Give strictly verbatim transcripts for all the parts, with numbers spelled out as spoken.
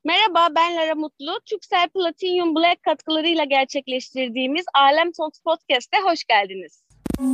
Merhaba, ben Lara Mutlu. Turkcell Platinum Black katkılarıyla gerçekleştirdiğimiz Alem Talks Podcast'e hoş geldiniz.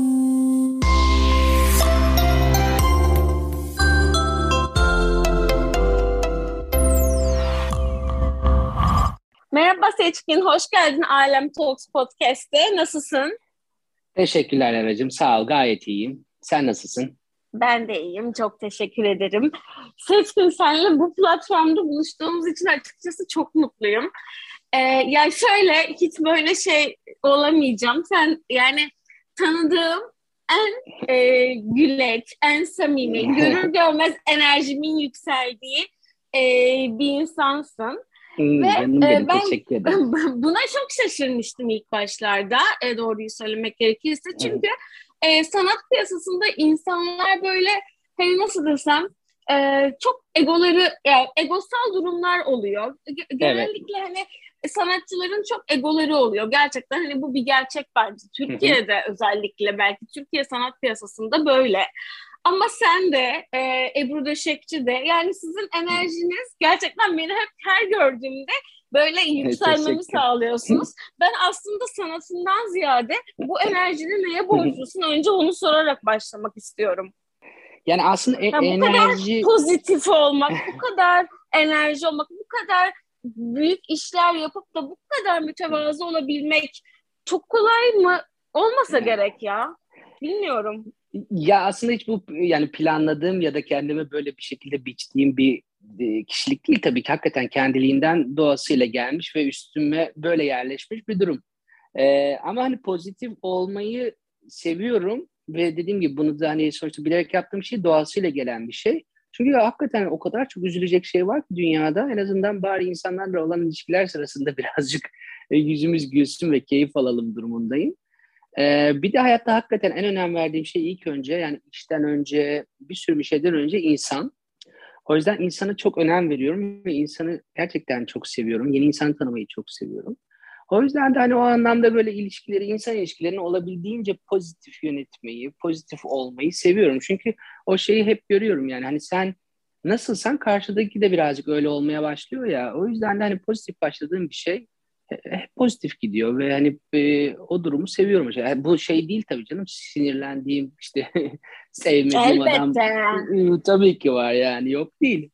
Merhaba Seçkin, hoş geldin Alem Talks Podcast'e. Nasılsın? Teşekkürler Eracığım. Sağ ol. Gayet iyiyim. Sen nasılsın? Ben de iyiyim, çok teşekkür ederim. Seçkin, seninle bu platformda buluştuğumuz için açıkçası çok mutluyum. Ee, ya şöyle, hiç böyle şey olamayacağım. Sen yani tanıdığım en e, güleç, en samimi, görür görmez enerjimin yükseldiği e, bir insansın. Ve Hmm, canım e, benim ben teşekkür ederim. buna çok şaşırmıştım ilk başlarda, e, doğruyu söylemek gerekirse. Çünkü e, sanat piyasasında insanlar böyle, hani nasıl desem, e, çok egoları, yani egosal durumlar oluyor. Ge- Evet. Genellikle hani sanatçıların çok egoları oluyor. Gerçekten hani bu bir gerçek bence. Hı hı. Türkiye'de özellikle belki Türkiye sanat piyasasında böyle. Ama sen de e, Ebru Döşekçi de, yani sizin enerjiniz gerçekten beni hep her gördüğümde böyle yükselmemi Teşekkür. sağlıyorsunuz. Ben aslında sanatından ziyade bu enerjini neye borçlusun? Önce onu sorarak başlamak istiyorum. Yani aslında e- Ya bu kadar enerji pozitif olmak, bu kadar enerji olmak, bu kadar büyük işler yapıp da bu kadar mütevazı olabilmek çok kolay mı? Olmasa gerek ya. Bilmiyorum. ya aslında hiç bu yani planladığım ya da kendime böyle bir şekilde biçtiğim bir e, kişilik değil tabii ki. Hakikaten kendiliğinden doğasıyla gelmiş ve üstüme böyle yerleşmiş bir durum. Ee, ama hani pozitif olmayı seviyorum ve dediğim gibi bunu da hani sonuçta bilerek yaptığım şey doğasıyla gelen bir şey. Çünkü ya hakikaten o kadar çok üzülecek şey var ki dünyada, en azından bari insanlarla olan ilişkiler sırasında birazcık e, yüzümüz gülsün ve keyif alalım durumundayım. Ee, bir de hayatta hakikaten en önem verdiğim şey ilk önce, yani işten önce, bir sürü bir şeyden önce insan. O yüzden insana çok önem veriyorum ve insanı gerçekten çok seviyorum. Yeni insan tanımayı çok seviyorum. O yüzden de hani o anlamda böyle ilişkileri, insan ilişkilerini olabildiğince pozitif yönetmeyi, pozitif olmayı seviyorum. Çünkü o şeyi hep görüyorum, yani hani sen nasılsan karşıdaki de birazcık öyle olmaya başlıyor ya. O yüzden de hani pozitif başladığım bir şey he- hep pozitif gidiyor ve hani e, o durumu seviyorum. Yani bu şey değil tabii canım, sinirlendiğim işte sevmediğim adam Elbette. ı, tabii ki var, yani yok değil.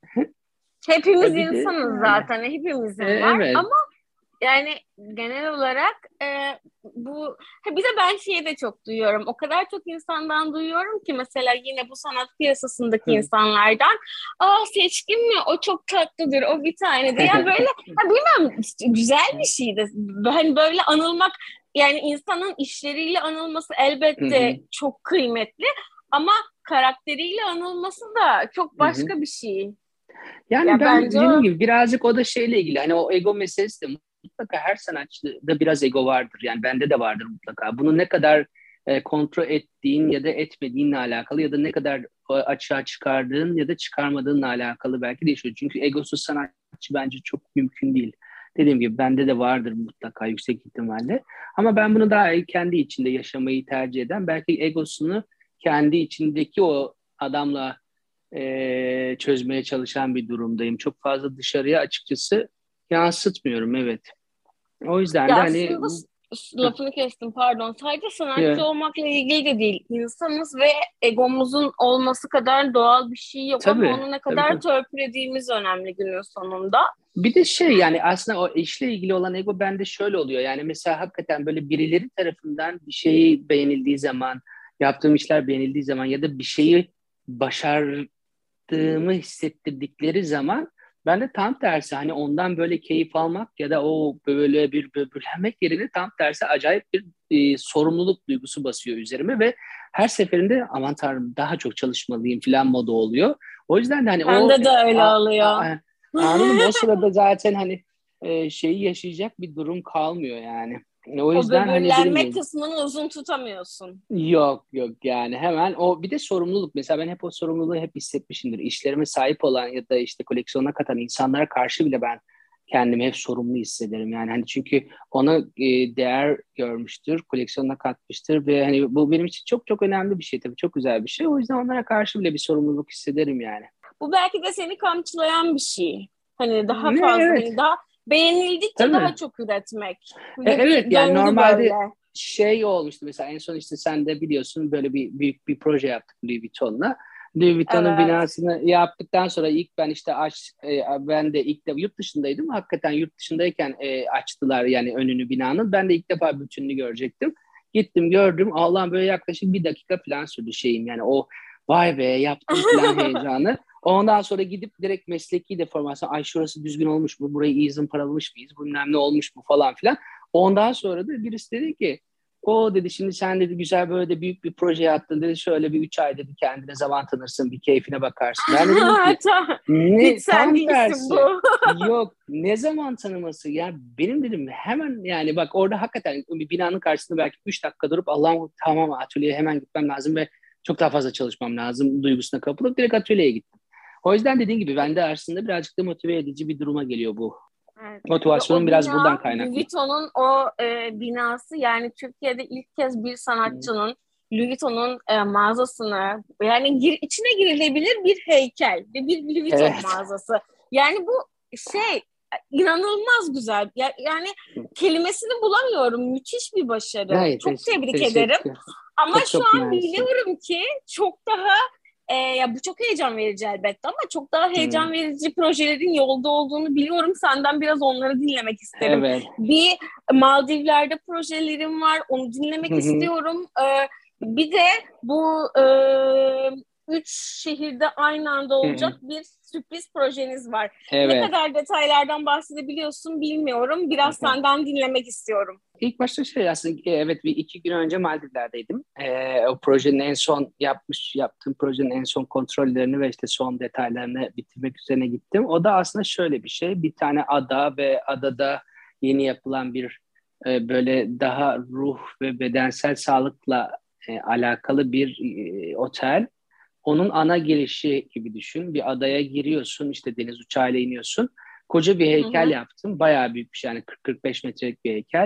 Hepimiz E bir de insanız yani zaten. e, Hepimizin var. evet. Ama yani genel olarak e, bu ha bir de ben şeyi de çok duyuyorum. O kadar çok insandan duyuyorum ki, mesela yine bu sanat piyasasındaki insanlardan, aa Seçkin mi? O çok tatlıdır. O bir tanedir. Yani böyle, ha bilmem, işte güzel bir şeydi. Ben böyle anılmak, yani insanın işleriyle anılması Hı elbette hı, çok kıymetli, ama karakteriyle anılması da çok hı hı. başka bir şey. Yani Ya ben bence dediğim o. gibi birazcık o da şeyle ilgili. Hani o ego meselesi de mutlaka her sanatçıda biraz ego vardır. Yani bende de vardır mutlaka. Bunu ne kadar e, kontrol ettiğin ya da etmediğinle alakalı, ya da ne kadar o açığa çıkardığın ya da çıkarmadığınla alakalı belki değişiyor. Çünkü egosuz sanatçı bence çok mümkün değil. Dediğim gibi bende de vardır mutlaka, yüksek ihtimalle. Ama ben bunu daha kendi içinde yaşamayı tercih eden, belki egosunu kendi içindeki o adamla e, çözmeye çalışan bir durumdayım. Çok fazla dışarıya açıkçası yansıtmıyorum, evet. O yüzden Ya de hani aslında s- s- lafını kestim, pardon. Sadece sanatçı ya, olmakla ilgili de değil. İnsanız ve egomuzun olması kadar doğal bir şey yok, ama tabii onu ne tabii kadar tabii. törpülediğimiz önemli günün sonunda. Bir de şey, yani aslında o işle ilgili olan ego bende şöyle oluyor. Yani mesela hakikaten böyle birileri tarafından bir şey beğenildiği zaman, yaptığım işler beğenildiği zaman ya da bir şeyi başar yaptığımı hissettirdikleri zaman, ben de tam tersi hani ondan böyle keyif almak ya da o böyle bir böbürlenmek yerine tam tersi acayip bir e, sorumluluk duygusu basıyor üzerime ve her seferinde aman tanrım daha çok çalışmalıyım falan modu oluyor. O yüzden de hani o Bende de öyle a, oluyor. a, anladın mı? O sırada zaten hani e, şeyi yaşayacak bir durum kalmıyor yani. O O yüzden hani dedim böbürlenme gibi. kısmını uzun tutamıyorsun. Yok yok, yani hemen o, bir de sorumluluk, mesela ben hep o sorumluluğu hep hissetmişimdir. İşlerime sahip olan ya da işte koleksiyona katan insanlara karşı bile ben kendimi hep sorumlu hissederim. Yani hani çünkü ona e, değer görmüştür, koleksiyona katmıştır ve hani bu benim için çok çok önemli bir şey, tabii çok güzel bir şey. O yüzden onlara karşı bile bir sorumluluk hissederim yani. Bu belki de seni kamçılayan bir şey. Hani daha Ne, fazla, evet. hani daha beğenildikçe Tabii. daha çok üretmek. E, Bu evet bir yani döngü normalde böyle. şey olmuştu mesela en son işte sen de biliyorsun böyle bir büyük bir proje yaptık Louis Vuitton'la. Louis Vuitton'un Evet. binasını yaptıktan sonra ilk ben işte aç e, ben de ilk de yurt dışındaydım. Hakikaten yurt dışındayken e, açtılar yani önünü binanın. Ben de ilk defa bütününü görecektim. Gittim gördüm. Allah'ım böyle yaklaşık bir dakika falan sürdü şeyim. Yani o vay be yaptım falan heyecanı. Ondan sonra gidip direkt mesleki deformasyon. Ay şurası düzgün olmuş mu? Burayı iyi zımparalamış mıyız? Bilmem ne olmuş mu falan filan. Ondan sonra da birisi dedi ki o dedi şimdi sen dedi güzel böyle de büyük bir proje yaptın dedi. Şöyle bir üç ay dedi kendine zaman tanırsın bir keyfine bakarsın. Ben de dedim ki Tam- Hiç ne sen tam değilsin tersi. bu. Yok ne zaman tanıması ya benim dedim hemen yani bak orada hakikaten bir binanın karşısında belki üç dakika durup Allah'ım tamam atölyeye hemen gitmem lazım ve çok daha fazla çalışmam lazım duygusuna kapılıp direkt atölyeye gittim. O yüzden dediğin gibi bende aslında birazcık da motive edici bir duruma geliyor bu. Evet. Ve Motivasyonum o biraz buradan bina, Louis kaynaklı. Vuitton'un o e, binası, yani Türkiye'de ilk kez bir Hı. sanatçının Louis Vuitton'un e, mağazasını, yani gir, içine girilebilir bir heykel ve bir Louis Vuitton Evet. mağazası. Yani bu şey inanılmaz güzel. Ya, yani kelimesini bulamıyorum. Müthiş bir başarı. Hayır, Çok teş- tebrik ederim. teşekkür. Ama Çok şu çok an mersi. biliyorum ki çok daha e, ya bu çok heyecan verici elbette, ama çok daha Hı. heyecan verici projelerin yolda olduğunu biliyorum. Senden biraz onları dinlemek isterim. Evet. Bir Maldivler'de projelerim var. Onu Hı dinlemek hı. istiyorum. E, bir de bu e, üç şehirde aynı anda Hı olacak hı. bir sürpriz projeniz var. Ne Evet. kadar detaylardan bahsedebiliyorsun bilmiyorum. Biraz Evet. senden dinlemek istiyorum. İlk başta şey aslında e, evet bir iki gün önce Maldivler'deydim. Ee, o projenin en son yapmış yaptığım projenin en son kontrollerini ve işte son detaylarını bitirmek üzerine gittim. O da aslında şöyle bir şey. Bir tane ada ve adada yeni yapılan bir e, böyle daha ruh ve bedensel sağlıkla e, alakalı bir e, otel. Onun ana girişi gibi düşün. Bir adaya giriyorsun, işte deniz uçağıyla iniyorsun. Koca bir Hı heykel hı. yaptım. Bayağı büyük bir şey, yani kırk kırk beş metrelik bir heykel.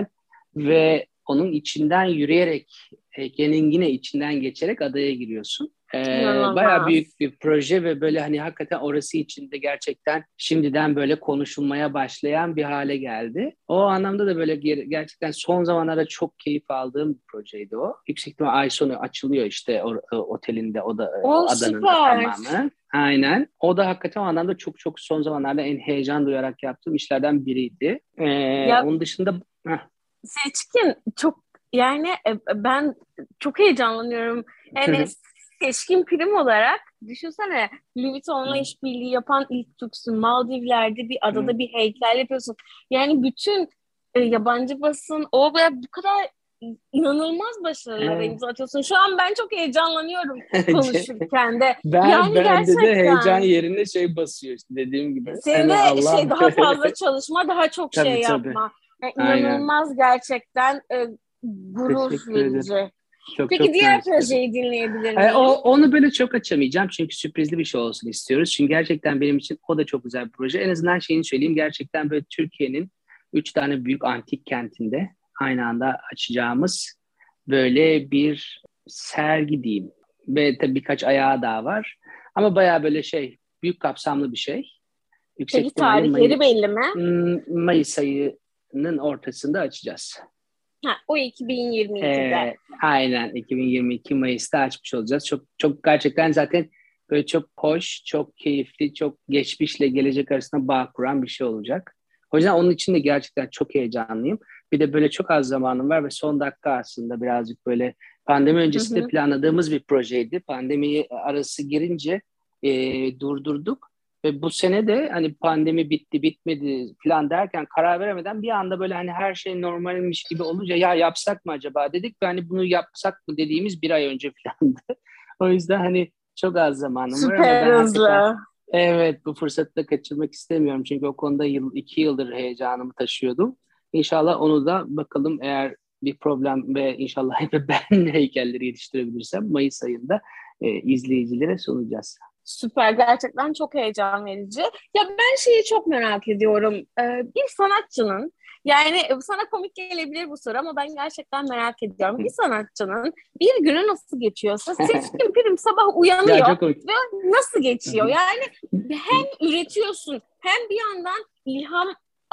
Ve onun içinden yürüyerek, heykelin yine içinden geçerek adaya giriyorsun. Ee, bayağı büyük İnanılmaz. bir proje ve böyle hani hakikaten orası için de gerçekten şimdiden böyle konuşulmaya başlayan bir hale geldi. O anlamda da böyle ger- gerçekten son zamanlarda çok keyif aldığım bir projeydi o. Yüksek ihtimal ay sonu açılıyor işte o, o otelinde, o da o O adanın da süper. tamamı. Aynen. O da hakikaten o anlamda çok çok son zamanlarda en heyecan duyarak yaptığım işlerden biriydi. Ee, Ya onun dışında heh. Seçkin çok, yani e, ben çok heyecanlanıyorum. Yani seçkin prim olarak düşünsene, Louis Vuitton'la işbirliği yapan ilk Türksün. Maldivler'de bir adada bir heykel yapıyorsun. Yani bütün e, yabancı basın o ve bu kadar inanılmaz başarılara Evet. imza atıyorsun. Şu an ben çok heyecanlanıyorum konuşurken de. Ben Yani bende de heyecan gerçekten yerine şey basıyor işte dediğim gibi. senin Hani de şey Allah. daha fazla çalışma, daha çok Tabii şey tabii. yapma. Yani Aynen. inanılmaz gerçekten e, gurur Teşekkür ederim. verici. Çok Peki çok diğer mersi. projeyi dinleyebilir E, o, miyim? onu böyle çok açamayacağım çünkü sürprizli bir şey olsun istiyoruz. Çünkü gerçekten benim için o da çok güzel bir proje. En azından şeyini söyleyeyim. Gerçekten böyle Türkiye'nin üç tane büyük antik kentinde aynı anda açacağımız böyle bir sergi diyeyim. Ve tabii birkaç ayağı daha var. Ama bayağı böyle şey büyük kapsamlı bir şey. Yüksek Peki ihtimalle tarihleri May, belli mi? Mayıs ayının ortasında açacağız. Ha, o iki bin yirmi ikide. Ee, aynen iki bin yirmi iki Mayıs'ta açmış olacağız. Çok çok gerçekten zaten böyle çok hoş, çok keyifli, çok geçmişle gelecek arasında bağ kuran bir şey olacak. O yüzden onun için de gerçekten çok heyecanlıyım. Bir de böyle çok az zamanım var ve son dakika aslında birazcık böyle pandemi Hı öncesinde hı. planladığımız bir projeydi. Pandemi arası girince e, durdurduk. Ve bu sene de hani pandemi bitti bitmedi falan derken karar veremeden bir anda böyle hani her şey normalmiş gibi olunca ya yapsak mı acaba dedik ve hani bunu yapsak mı dediğimiz bir ay önce falandı. O yüzden hani çok az zamanım var ama Süper ben hakikaten hızlı. evet bu fırsatı da kaçırmak istemiyorum. Çünkü o konuda yıl, iki yıldır heyecanımı taşıyordum. İnşallah onu da bakalım eğer bir problem ve inşallah hep ben heykelleri yetiştirebilirsem Mayıs ayında e, izleyicilere sunacağız. Süper, gerçekten çok heyecan verici. Ya ben şeyi çok merak ediyorum. Ee, bir sanatçının Yani sana komik gelebilir bu soru ama ben gerçekten merak ediyorum. Bir sanatçının bir günü nasıl geçiyorsa Seçkin Prim sabah Ya uyanıyor çok komik. ve nasıl Hı geçiyor? hı. Yani hem üretiyorsun hem bir yandan ilham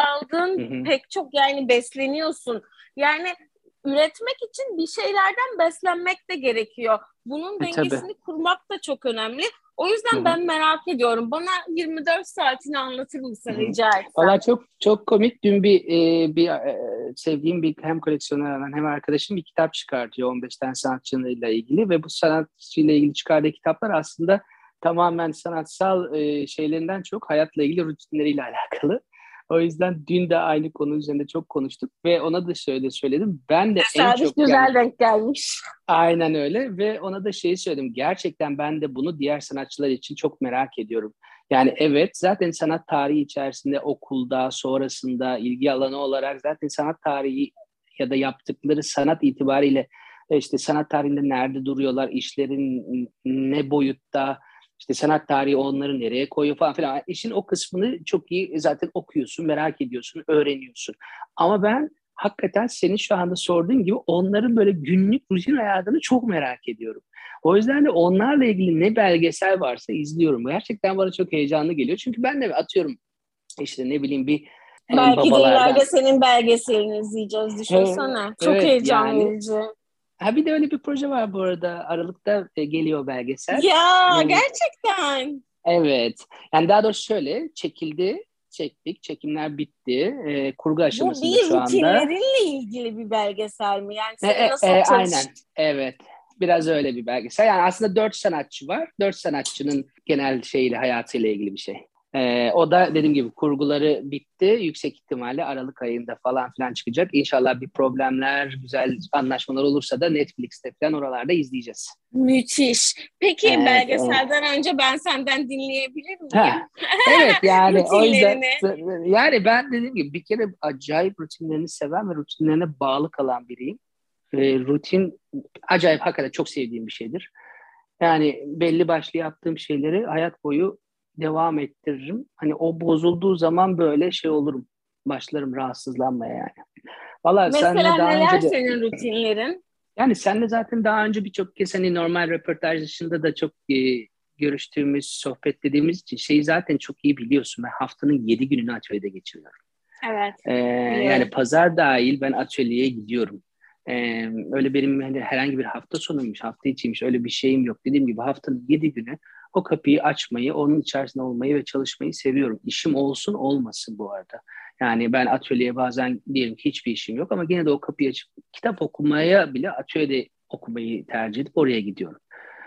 Hı aldığın hı. pek çok yani besleniyorsun. Yani üretmek için bir şeylerden beslenmek de gerekiyor. Bunun E, tabii. dengesini kurmak da çok önemli. O Hı yüzden hı. ben merak ediyorum. Bana yirmi dört saatini anlatır Hı mısın hı. rica etsem? Valla çok çok komik. Dün bir e, bir e, sevdiğim bir hem koleksiyoner hem arkadaşım bir kitap çıkartıyor on beş tane sanatçıyla ilgili ve bu sanatçıyla ilgili çıkardığı kitaplar aslında tamamen sanatsal e, şeylerinden çok hayatla ilgili rutinleriyle alakalı. O yüzden dün de aynı konu üzerinde çok konuştuk ve ona da şöyle söyledim. Ben de en Tesadüf çok yani güzel denk gelmiş. aynen öyle ve ona da şeyi söyledim. Gerçekten ben de bunu diğer sanatçılar için çok merak ediyorum. Yani evet zaten sanat tarihi içerisinde okulda, sonrasında ilgi alanı olarak zaten sanat tarihi ya da yaptıkları sanat itibariyle e, işte sanat tarihinde nerede duruyorlar, işlerin ne boyutta, işte sanat tarihi onları nereye koyuyor falan filan. İşin o kısmını çok iyi zaten okuyorsun, merak ediyorsun, öğreniyorsun. Ama ben hakikaten senin şu anda sorduğun gibi onların böyle günlük rutin hayatını çok merak ediyorum. O yüzden de onlarla ilgili ne belgesel varsa izliyorum. Gerçekten bana çok heyecanlı geliyor. Çünkü ben de atıyorum işte ne bileyim bir e, Belki de ileride babalardan. senin belgeselini izleyeceğiz E, düşünsene. Çok evet heyecan yani. verici. Ha bir de öyle bir proje var bu arada. Aralıkta e, geliyor belgesel. Ya E, gerçekten. evet. Yani daha doğrusu şöyle çekildi. Çektik. Çekimler bitti. E, kurgu Bu aşamasında bir şu anda. rutinlerinle ilgili bir belgesel mi? Yani E, senin e, nasıl e, çalış... aynen. Evet. Biraz öyle bir belgesel. Yani aslında dört sanatçı var. Dört sanatçının genel şeyle hayatıyla ilgili bir şey. E, o da dediğim gibi kurguları bitti. Yüksek ihtimalle Aralık ayında falan filan çıkacak. İnşallah bir problemler, güzel anlaşmalar olursa da Netflix'te falan oralarda izleyeceğiz. Müthiş. Peki Evet. E, belgeselden önce ben senden dinleyebilir miyim? ha. Evet yani o yüzden Rutinlerini. yani ben dediğim gibi bir kere acayip rutinlerini seven ve rutinlerine bağlı kalan biriyim. E, rutin acayip hakikaten çok sevdiğim bir şeydir. Yani belli başlı yaptığım şeyleri hayat boyu devam ettiririm. Hani o bozulduğu zaman böyle şey olurum. Başlarım rahatsızlanmaya yani. Valla Mesela senle daha neler önce de senin rutinlerin? yani senle zaten daha önce birçok kez hani normal röportaj dışında da çok e, görüştüğümüz, sohbet dediğimiz için şeyi zaten çok iyi biliyorsun. Ben haftanın yedi gününü atölyede geçiriyorum. Evet, Ee, yani biliyorum. pazar dahil ben atölyeye gidiyorum. Ee, öyle benim hani herhangi bir hafta sonuymuş, hafta içiymiş öyle bir şeyim yok. Dediğim gibi haftanın yedi günü o kapıyı açmayı, onun içerisinde olmayı ve çalışmayı seviyorum. İşim olsun olmasın bu arada. Yani ben atölyeye bazen diyelim ki hiçbir işim yok ama gene de o kapıyı açıp kitap okumaya bile atölyede okumayı tercih edip oraya gidiyorum.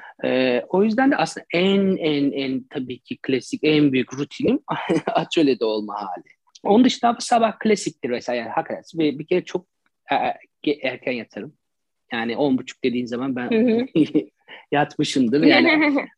Ee, o yüzden de aslında en en en tabii ki klasik en büyük rutinim atölyede olma hali. Onun dışında bu sabah klasiktir mesela yani hakikaten bir, bir kere çok e, e, erken yatarım. Yani on buçuk dediğin zaman ben Hı hı. yatmışımdır. Yani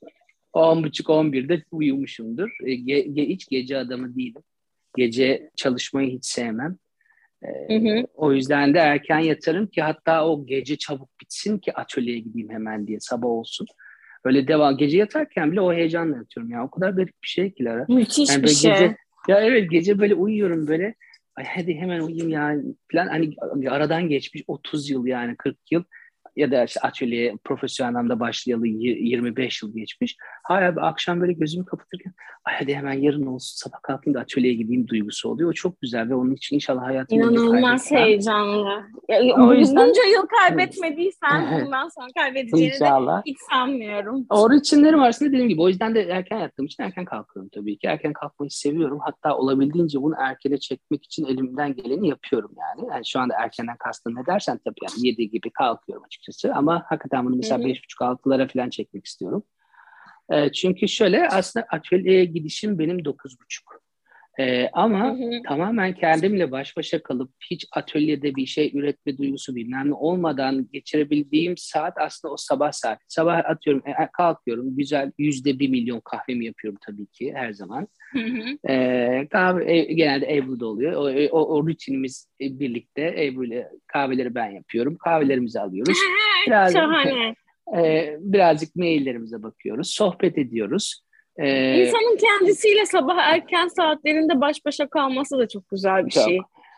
on buçuk on birde uyumuşumdur. E, ge, ge, hiç gece adamı değilim. Gece çalışmayı hiç sevmem. E, Hı hı. o yüzden de erken yatarım ki hatta o gece çabuk bitsin ki atölyeye gideyim hemen diye sabah olsun. Öyle devam. Gece yatarken bile o heyecanla yatıyorum ya. O kadar garip bir şey ki Lara. Müthiş Yani bir böyle şey. gece ya evet gece böyle uyuyorum böyle. Ay hadi hemen uyuyayım ya falan. Hani aradan geçmiş otuz yıl yani kırk yıl ya da işte atölyeye profesyonel anlamda başlayalı yirmi beş yıl geçmiş. Hala bir akşam böyle gözümü kapatırken ay hadi hemen yarın olsun sabah kalkayım da atölyeye gideyim duygusu oluyor. O çok güzel ve onun için inşallah hayatım boyunca İnanılmaz kaybetmem. heyecanlı. Ya, O bu- yüzden bunca yıl kaybetmediysen bundan sonra kaybedeceğini de inşallah. hiç sanmıyorum. O rutinlerim arasında dediğim gibi o yüzden de erken yattığım için erken kalkıyorum tabii ki. Erken kalkmayı seviyorum. Hatta olabildiğince bunu erkene çekmek için elimden geleni yapıyorum yani. Yani şu anda erkenden kastım ne dersen tabii yani yedi gibi kalkıyorum açıkçası. Ama hakikaten bunu Hı mesela hı. beş buçuk altılara falan çekmek istiyorum. E, çünkü şöyle aslında atölyeye gidişim benim dokuz buçuk. Ee, Hı ama hı. tamamen kendimle baş başa kalıp hiç atölyede bir şey üretme duygusu bilmem ne olmadan geçirebildiğim saat aslında o sabah saati. Sabah atıyorum e, kalkıyorum güzel yüzde bir milyon kahvemi yapıyorum tabii ki her zaman. Hı hı. Ee, kahve e, genelde Ebru'da oluyor. O, e, o, o rutinimiz e, birlikte Ebru ile kahveleri ben yapıyorum. Kahvelerimizi alıyoruz. Biraz Şahane. e, birazcık maillerimize bakıyoruz. Sohbet ediyoruz. Ee, İnsanın kendisiyle sabah erken saatlerinde baş başa kalması da çok güzel bir çok şey.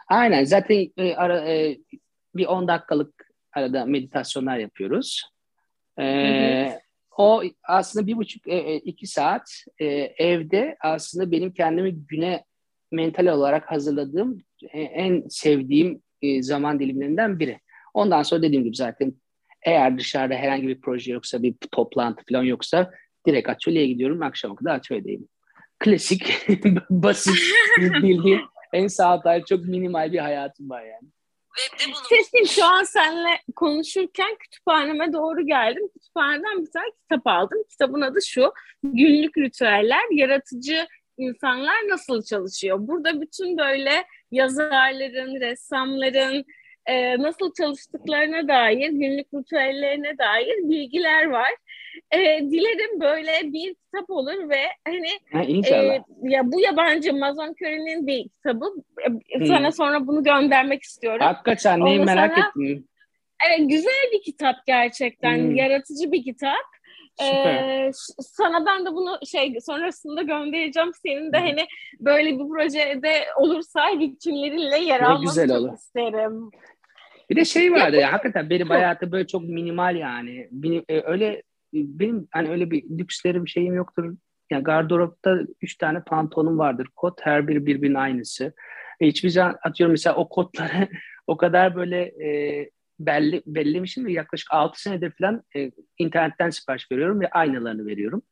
Aynen zaten e, ara, e, bir on dakikalık arada meditasyonlar yapıyoruz. Hı hı. E, o aslında bir buçuk e, e, iki saat e, evde aslında benim kendimi güne mental olarak hazırladığım e, en sevdiğim e, zaman dilimlerinden biri. Ondan sonra dediğim gibi zaten eğer dışarıda herhangi bir proje yoksa bir toplantı falan yoksa direkt atölyeye gidiyorum. Akşama kadar atölyedeyim. Klasik, basit, bildiğin en sağ çok minimal bir hayatım var yani. Seçkin, şu an seninle konuşurken kütüphaneme doğru geldim. Kütüphaneden bir tane kitap aldım. Kitabın adı şu: Günlük Ritüeller, Yaratıcı İnsanlar Nasıl Çalışıyor? Burada bütün böyle yazarların, ressamların e, nasıl çalıştıklarına dair, günlük ritüellerine dair bilgiler var. E, dilerim böyle bir kitap olur ve hani Ha, e, inşallah. ya bu yabancı Mazon Curry'nin bir kitabı. E, sana Hı. sonra bunu göndermek istiyorum. Hakikaten neyi Ondan merak sonra ettim. evet, güzel bir kitap gerçekten. Hı. Yaratıcı bir kitap. Süper. Ee, sana ben de bunu şey sonrasında göndereceğim. Senin Hı de hı. hani böyle bir projede olursa vitrинlerinle yer Ne almanı güzel çok olur. isterim. Bir de şey Ya vardı ya peki. hakikaten benim Hı, hayatım böyle çok minimal yani. Benim, e, öyle benim hani öyle bir lükslerim şeyim yoktur. Yani gardıropta üç tane pantolonum vardır. Kot her biri birbirinin aynısı. E, hiçbir zaman atıyorum mesela o kotları o kadar böyle e, belli bellemişim ve yaklaşık altı senedir falan e, internetten sipariş veriyorum ve aynalarını veriyorum.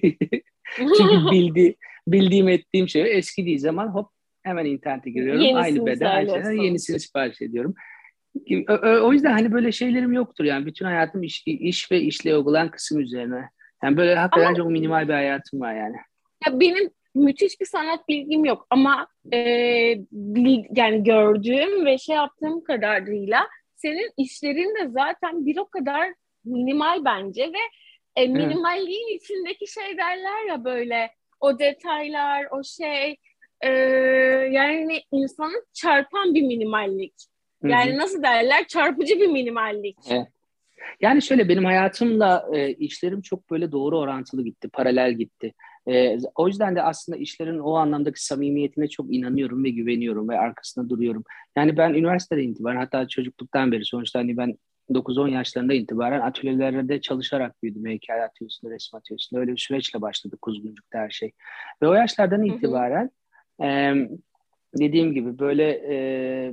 Çünkü bildi, bildiğim ettiğim şey eskidiği zaman hop hemen internete giriyorum. Aynı yenisini beden aynı şeyler söylüyorsun. yenisini sipariş ediyorum. O, o yüzden hani böyle şeylerim yoktur yani. Bütün hayatım iş, iş ve işle uygulanan kısım üzerine. Yani böyle Ama hakikaten çok minimal bir hayatım var yani. ya benim müthiş bir sanat bilgim yok ama e, bil- yani gördüğüm ve şey yaptığım kadarıyla senin işlerin de zaten bir o kadar minimal bence ve e, Evet. minimalliğin içindeki şey derler ya, böyle o detaylar, o şey, e, yani insanı çarpan bir minimallik. Hı hı. Yani nasıl derler? Çarpıcı bir minimallik. Evet. Yani şöyle benim hayatımla e, işlerim çok böyle doğru orantılı gitti, paralel gitti. E, o yüzden de aslında işlerin o anlamdaki samimiyetine çok inanıyorum ve güveniyorum ve arkasında duruyorum. Yani ben üniversiteden itibaren hatta çocukluktan beri sonuçta hani ben dokuz on yaşlarında itibaren atölyelerde çalışarak büyüdüm. Heykel atölyesinde, resim atölyesinde öyle bir süreçle başladı kuzguncukta her şey. Ve o yaşlardan Hı hı. itibaren e, dediğim gibi böyle e,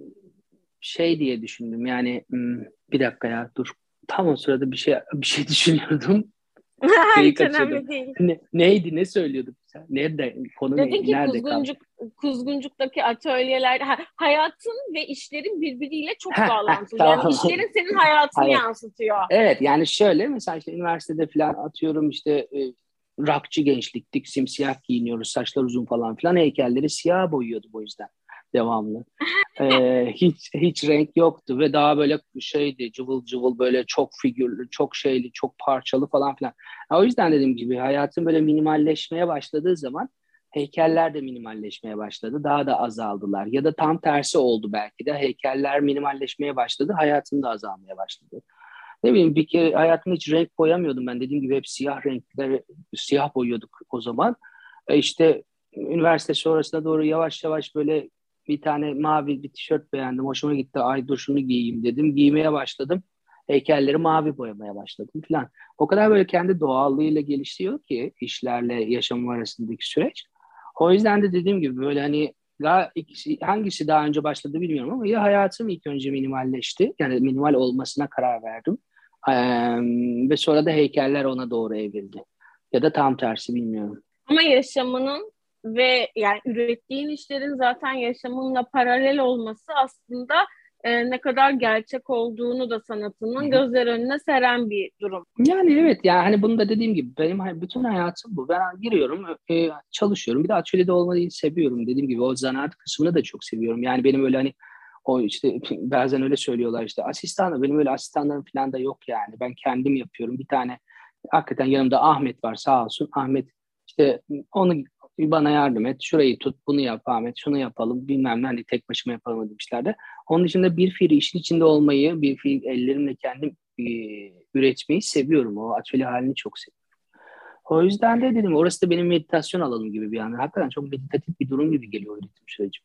şey diye düşündüm yani hmm, bir dakika ya dur tam o sırada bir şey bir şey düşünüyordum. Şeyi Hiç kaçırdım. önemli değil. Ne, neydi ne söylüyorduk sen? Nerede konu ne, Dedin ki nerede kaldı? Kuzguncuk, Kuzguncuk'taki atölyeler, ha, hayatın ve işlerin birbiriyle çok Heh, heh, bağlantılı. Yani tamam. işlerin senin hayatını Hayır. yansıtıyor. Evet yani şöyle mesela işte üniversitede falan atıyorum işte e, rockçı gençliktik simsiyah giyiniyoruz saçlar uzun falan filan heykelleri siyah boyuyordum o yüzden devamlı. Ee, hiç hiç renk yoktu ve daha böyle şeydi cıvıl cıvıl böyle çok figürlü, çok şeyli, çok parçalı falan filan. Ha, o yüzden dediğim gibi hayatım böyle minimalleşmeye başladığı zaman heykeller de minimalleşmeye başladı. Daha da azaldılar. Ya da tam tersi oldu belki de. Heykeller minimalleşmeye başladı. Hayatım da azalmaya başladı. Ne bileyim bir kere hayatımda hiç renk boyamıyordum ben. Dediğim gibi hep siyah renkler, siyah boyuyorduk o zaman. E işte üniversite sonrasında doğru yavaş yavaş böyle bir tane mavi bir tişört beğendim. Hoşuma gitti. Ay dur şunu giyeyim dedim. Giymeye başladım. Heykelleri mavi boyamaya başladım falan. O kadar böyle kendi doğallığıyla gelişiyor ki işlerle yaşamım arasındaki süreç. O yüzden de dediğim gibi böyle hani daha ikisi, hangisi daha önce başladı bilmiyorum ama ya hayatım ilk önce minimalleşti. Yani minimal olmasına karar verdim. Ee, ve sonra da heykeller ona doğru evrildi. Ya da tam tersi bilmiyorum. Ama yaşamının ve yani ürettiğin işlerin zaten yaşamınla paralel olması aslında e, ne kadar gerçek olduğunu da Hı sanatının hı. gözler önüne seren bir durum. Yani evet yani hani bunu da dediğim gibi benim hay- bütün hayatım bu. Ben giriyorum, e, çalışıyorum. Bir de atölyede olmayı seviyorum. Dediğim gibi o zanaat kısmını da çok seviyorum. Yani benim öyle hani o işte bazen öyle söylüyorlar işte asistan benim öyle asistanlarım falan da yok yani. Ben kendim yapıyorum. Bir tane hakikaten yanımda Ahmet var sağ olsun. Ahmet işte onu bana yardım et. Şurayı tut, bunu yap Ahmet, şunu yapalım bilmem ne hani tek başıma yapalım demişler de. Onun dışında bir fiil işin içinde olmayı, bir fiil ellerimle kendim e, üretmeyi seviyorum. O atölye halini çok seviyorum. O yüzden de dedim orası da benim meditasyon alanım gibi bir anda. Hakikaten çok meditatif bir durum gibi geliyor üretim süreci bana.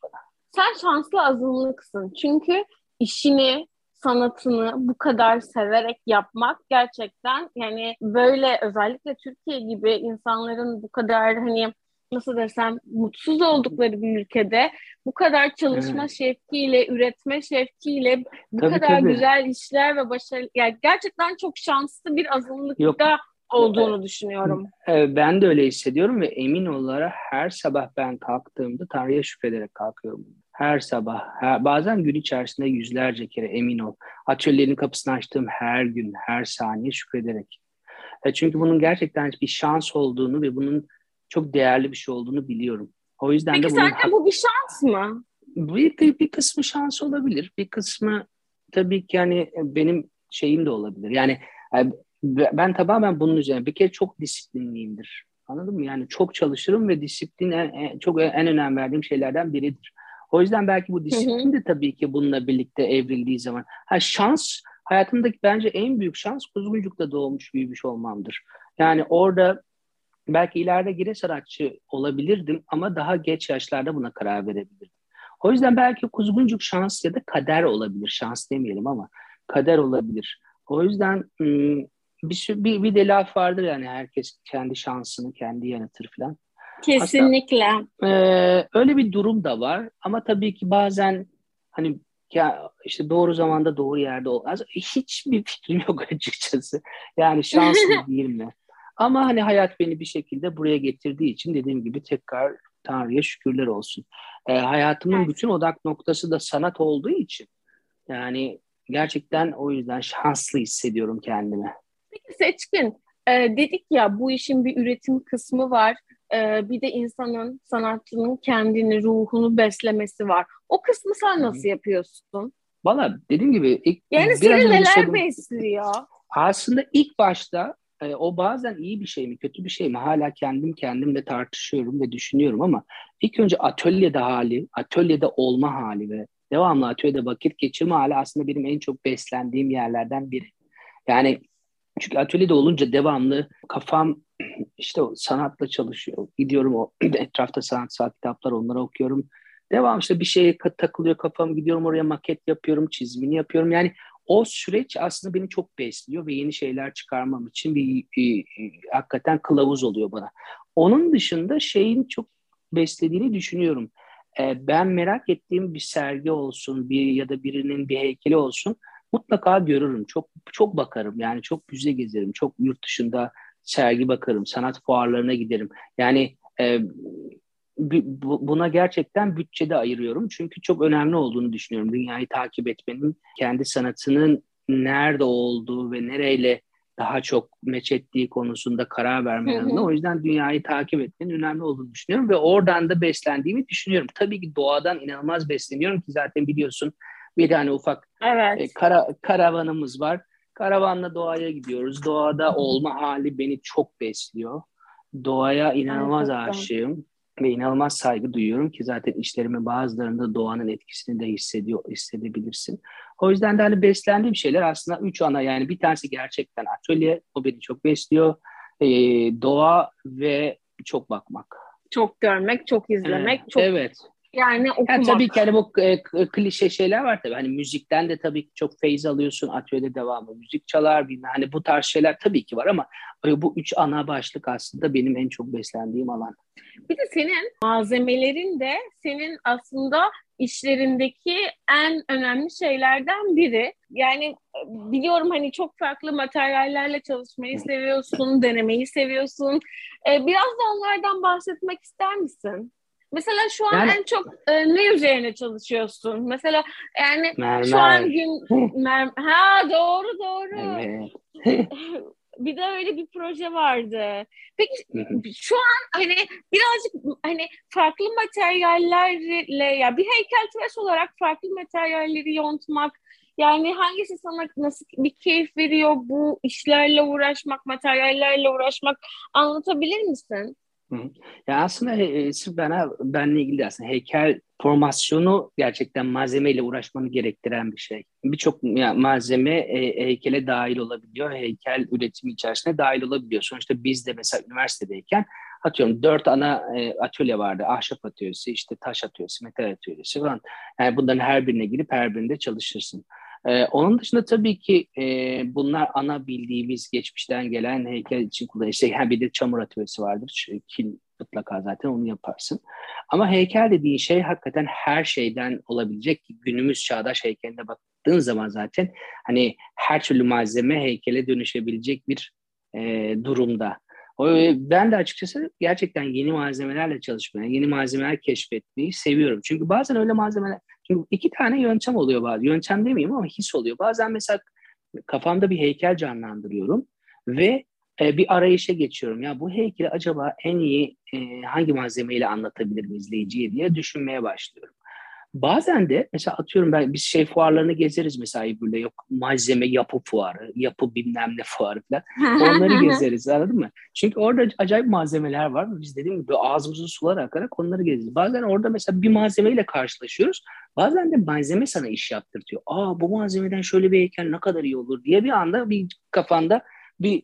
Sen şanslı azınlıksın. Çünkü işini, sanatını bu kadar severek yapmak gerçekten, yani böyle özellikle Türkiye gibi insanların bu kadar, hani nasıl desem, mutsuz oldukları bir ülkede bu kadar çalışma Evet. şevkiyle, üretme şevkiyle bu Tabii kadar tabii. güzel işler ve başarı, yani gerçekten çok şanslı bir Yok. azınlıkta olduğunu düşünüyorum. E, Ben de öyle hissediyorum ve emin olarak her sabah ben kalktığımda Tanrı'ya şükrederek kalkıyorum. Her sabah, her, bazen gün içerisinde yüzlerce kere, emin ol. Atölyenin kapısını açtığım her gün, her saniye şükrederek. E, çünkü bunun gerçekten bir şans olduğunu ve bunun çok değerli bir şey olduğunu biliyorum. O yüzden Peki de bunun sence hak, bu bir şans mı? bir, bir, bir kısmı şans olabilir. Bir kısmı tabii ki yani benim şeyim de olabilir. Yani e, ben tamamen bunun üzerine bir kere çok disiplinliyimdir. Anladın mı? Yani çok çalışırım ve disiplin en, en- çok en önem verdiğim şeylerden biridir. O yüzden belki bu Hı hı. disiplin de tabii ki bununla birlikte evrildiği zaman. Ha, şans, hayatımdaki bence en büyük şans Kuzguncuk'ta doğmuş büyümüş olmamdır. Yani orada belki ileride gire sanatçı olabilirdim ama daha geç yaşlarda buna karar verebilirdim. O yüzden belki Kuzguncuk şans ya da kader olabilir. Şans demeyelim ama kader olabilir. O yüzden ım, bir, sü- bir, bir de laf vardır yani, herkes kendi şansını kendi yaratır falan. Aslında Kesinlikle. e, öyle bir durum da var ama tabii ki bazen hani ya işte doğru zamanda doğru yerde ol. Az- Hiçbir fikrim yok açıkçası. Yani şans mı değil mi? Ama hani hayat beni bir şekilde buraya getirdiği için dediğim gibi tekrar Tanrı'ya şükürler olsun. E, hayatımın bütün Gerçekten. odak noktası da sanat olduğu için yani gerçekten o yüzden şanslı hissediyorum kendimi. Peki Seçkin, e, dedik ya bu işin bir üretim kısmı var. E, bir de insanın, sanatçının kendini, ruhunu beslemesi var. O kısmı sen Hı hı. nasıl yapıyorsun? Valla dediğim gibi ilk, Yani biraz seni önce neler söyledim. besliyor? Aslında ilk başta e, o bazen iyi bir şey mi kötü bir şey mi hala kendim kendimle tartışıyorum ve düşünüyorum ama ilk önce atölyede hali, atölyede olma hali ve devamlı atölyede vakit geçirme hali aslında benim en çok beslendiğim yerlerden biri. Yani çünkü atölyede olunca devamlı kafam işte o sanatla çalışıyor. Gidiyorum o etrafta sanatsal kitaplar, onları okuyorum. Devam işte bir şeye takılıyor kafam, gidiyorum oraya maket yapıyorum, çizimini yapıyorum. Yani o süreç aslında beni çok besliyor ve yeni şeyler çıkarmam için bir, bir, bir hakikaten kılavuz oluyor bana. Onun dışında şeyin çok beslediğini düşünüyorum. Ee, ben merak ettiğim bir sergi olsun, bir ya da birinin bir heykeli olsun, mutlaka görürüm. Çok çok bakarım. Yani çok müze gezerim. Çok yurt dışında sergi bakarım. Sanat fuarlarına giderim. Yani e, bu, buna gerçekten bütçede ayırıyorum. Çünkü çok önemli olduğunu düşünüyorum. Dünyayı takip etmenin, kendi sanatının nerede olduğu ve nereyle daha çok meç ettiği konusunda karar Hı vermen adına. O hı. yüzden dünyayı takip etmenin önemli olduğunu düşünüyorum ve oradan da beslendiğimi düşünüyorum. Tabii ki doğadan inanılmaz besleniyorum ki zaten biliyorsun bir tane ufak e, Evet, kara, karavanımız var. Karavanla doğaya gidiyoruz. Doğada olma hali beni çok besliyor. Doğaya inanılmaz gerçekten. aşığım ve inanılmaz saygı duyuyorum ki zaten işlerimin bazılarında doğanın etkisini de hissediyor, hissedebilirsin. O yüzden de hani beslendiğim şeyler aslında üç ana, yani bir tanesi gerçekten atölye, o beni çok besliyor. Ee, doğa ve çok bakmak. Çok görmek, çok Ee, izlemek, çok, evet. yani Ya tabii ki okumak. hani bu e, klişe şeyler var tabii. Hani müzikten de tabii ki çok feyz alıyorsun. Atölyede devamlı müzik çalar bilmem. Hani bu tarz şeyler tabii ki var ama e, bu üç ana başlık aslında benim en çok beslendiğim alan. Bir de senin malzemelerin de senin aslında işlerindeki en önemli şeylerden biri. Yani e, biliyorum hani çok farklı materyallerle çalışmayı seviyorsun, denemeyi seviyorsun. E, biraz da onlardan bahsetmek ister misin? Mesela şu an Yani en çok e, ne üzerine çalışıyorsun? Mesela yani şu an mermer. gün mer- ha doğru doğru. Evet. Bir de öyle bir proje vardı. Peki şu an hani birazcık hani farklı materyallerle, ya bir heykeltıraş olarak farklı materyalleri yontmak, yani hangisi sana nasıl bir keyif veriyor, bu işlerle uğraşmak, materyallerle uğraşmak, anlatabilir misin? Hı. Ya aslında e, sırf bana benle ilgili aslında heykel formasyonu gerçekten malzemeyle uğraşmanı gerektiren bir şey. Birçok ya, malzeme e, heykele dahil olabiliyor. Heykel üretimi içerisine dahil olabiliyor. Sonuçta biz de mesela üniversitedeyken atıyorum dört ana e, atölye vardı. Ahşap atölyesi, işte taş atölyesi, metal atölyesi falan. Yani bunların her birine girip her birinde çalışırsın. Ee, onun dışında tabii ki e, bunlar ana bildiğimiz geçmişten gelen heykel için kullanılan şey. Yani bir de çamur atölyesi vardır. Şu, kil mutlaka zaten onu yaparsın. Ama heykel dediğin şey hakikaten her şeyden olabilecek ki günümüz çağdaş heykeline baktığın zaman zaten hani her türlü malzeme heykele dönüşebilecek bir e, durumda. O, ben de açıkçası gerçekten yeni malzemelerle çalışmayı, yeni malzemeler keşfetmeyi seviyorum. Çünkü bazen öyle malzemeler, çünkü iki tane yöntem oluyor bazen. Yöntem demeyeyim ama his oluyor. Bazen mesela kafamda bir heykel canlandırıyorum ve e, bir arayışa geçiyorum. Ya bu heykeli acaba en iyi e, hangi malzemeyle anlatabilirim izleyiciye diye düşünmeye başlıyorum. Bazen de mesela atıyorum ben biz şey fuarlarını gezeriz mesela böyle yok malzeme yapı fuarı, yapı bilmem ne fuarı falan. Onları gezeriz anladın mı? Çünkü orada acayip malzemeler var. Biz dediğim gibi ağzımızın sular akarak onları gezeriz. Bazen orada mesela bir malzemeyle karşılaşıyoruz. Bazen de malzeme sana iş yaptırtıyor. Aa bu malzemeden şöyle bir heykel ne kadar iyi olur diye bir anda bir kafanda bir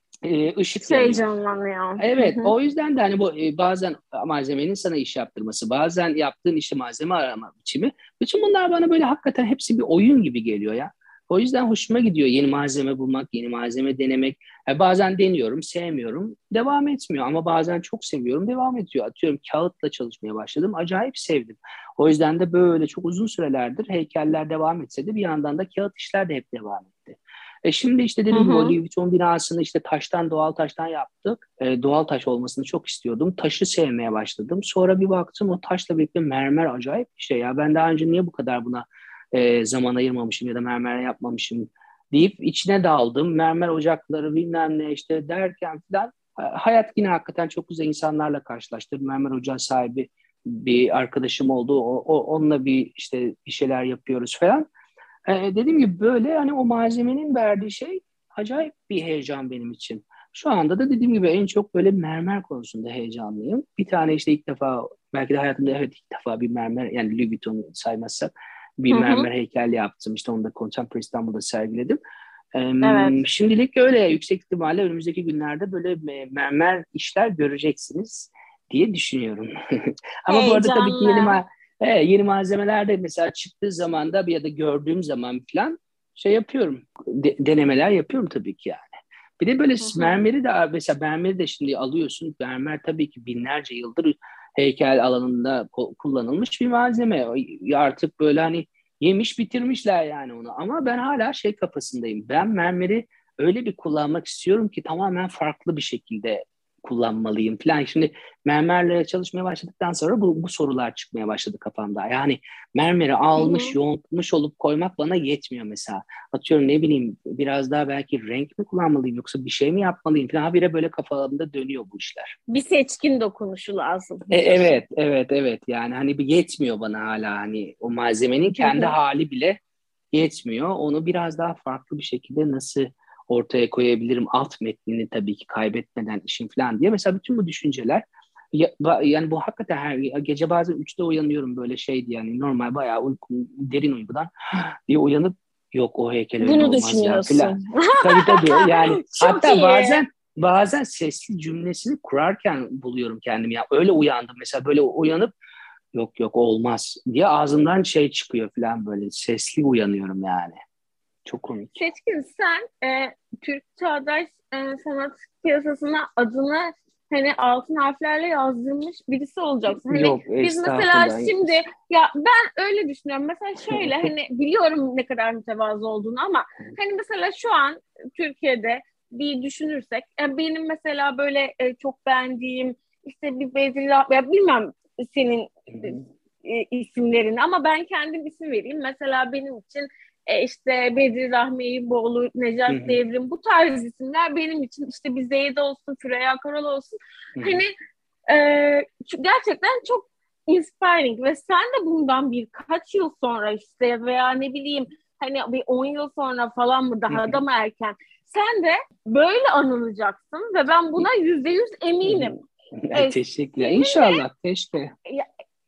e, ışık Şey yanıyor. canlanıyor. Hı Evet, hı. o yüzden de hani bu e, bazen malzemenin sana iş yaptırması, bazen yaptığın işte malzeme arama biçimi, bütün bunlar bana böyle hakikaten hepsi bir oyun gibi geliyor ya. O yüzden hoşuma gidiyor yeni malzeme bulmak, yeni malzeme denemek. E, bazen deniyorum, sevmiyorum, devam etmiyor ama bazen çok seviyorum, devam ediyor. Atıyorum kağıtla çalışmaya başladım, acayip sevdim. O yüzden de böyle çok uzun sürelerdir heykeller devam etse de bir yandan da kağıt işler de hep devam etti. E şimdi işte Hı dediğim gibi o hı. Louis Vuitton binasını işte taştan, doğal taştan yaptık. E, doğal taş olmasını çok istiyordum. Taşı sevmeye başladım. Sonra bir baktım o taşla birlikte mermer acayip bir şey ya. Ben daha önce niye bu kadar buna e, zaman ayırmamışım ya da mermer yapmamışım deyip içine daldım. Mermer ocakları bilmem ne işte derken filan. E, Hayat yine hakikaten çok güzel insanlarla karşılaştırdım. Mermer ocağı sahibi bir arkadaşım oldu. O, o, onunla bir işte bir şeyler yapıyoruz falan. Ee, dediğim gibi böyle hani o malzemenin verdiği şey acayip bir heyecan benim için. Şu anda da dediğim gibi en çok böyle mermer konusunda heyecanlıyım. Bir tane işte ilk defa belki de hayatımda evet ilk defa bir mermer yani Louis Vuitton saymazsak bir Hı mermer hı. heykel yaptım. İşte onu da Contemporary İstanbul'da sergiledim. Ee, Evet. Şimdilik öyle yüksek ihtimalle önümüzdeki günlerde böyle mermer işler göreceksiniz diye düşünüyorum. Ama bu arada tabii ki yeni Heyecanlı. ma Evet, yeni malzemeler de mesela çıktığı zaman da bir ya da gördüğüm zaman falan şey yapıyorum. De- denemeler yapıyorum tabii ki yani. Bir de böyle Hı hı. mermeri de mesela mermeri de şimdi alıyorsun. Mermer tabii ki binlerce yıldır heykel alanında ko- kullanılmış bir malzeme. Artık böyle hani yemiş bitirmişler yani onu. Ama ben hala şey kafasındayım. Ben mermeri öyle bir kullanmak istiyorum ki tamamen farklı bir şekilde kullanmalıyım falan. Şimdi mermerle çalışmaya başladıktan sonra bu, bu sorular çıkmaya başladı kafamda. Yani mermeri Hı almış, hı. yoğunmuş olup koymak bana yetmiyor mesela. Atıyorum ne bileyim biraz daha belki renk mi kullanmalıyım yoksa bir şey mi yapmalıyım falan. Habire böyle kafamda dönüyor bu işler. Bir seçkin dokunuşu lazım E, diyorsun. evet, evet, evet. Yani hani bir yetmiyor bana hala hani o malzemenin Hı kendi hı. hali bile yetmiyor. Onu biraz daha farklı bir şekilde nasıl ortaya koyabilirim alt metnini tabii ki kaybetmeden işin falan diye. Mesela bütün bu düşünceler ya, yani bu hakikaten her gece bazen üçte uyanıyorum böyle şeydi yani normal bayağı uykum, derin uykudan diye uyanıp yok o heykel öyle Bunu olmaz ya falan. düşünüyorsun. Tabii tabii yani Çok hatta iyi. bazen bazen sesli cümlesini kurarken buluyorum kendimi ya öyle uyandım mesela böyle uyanıp yok yok olmaz diye ağzımdan şey çıkıyor falan böyle sesli uyanıyorum yani. Çok komik. Seçkin sen e, Türk çağdaş e, sanat piyasasına adını hani altın harflerle yazdırmış birisi olacaksın. Hani Yok biz mesela estağfurullah. şimdi ya ben öyle düşünüyorum. Mesela şöyle hani biliyorum ne kadar mütevazı olduğunu ama hani mesela şu an Türkiye'de bir düşünürsek e, benim mesela böyle e, çok beğendiğim işte bir Bedirhan ya bilmem senin e, isimlerini ama ben kendim isim vereyim. Mesela benim için e, işte Bedri Rahmi Eyüboğlu, Necat Devrim bu tarz isimler benim için işte bir Zeyda olsun, Süreyya Karal olsun. Hani e, gerçekten çok inspiring ve sen de bundan birkaç yıl sonra işte veya ne bileyim hani bir on yıl sonra falan mı daha da mı erken sen de böyle anılacaksın ve ben buna yüzde yüz eminim. E, Teşekkürler. senin İnşallah. Keşke. ya,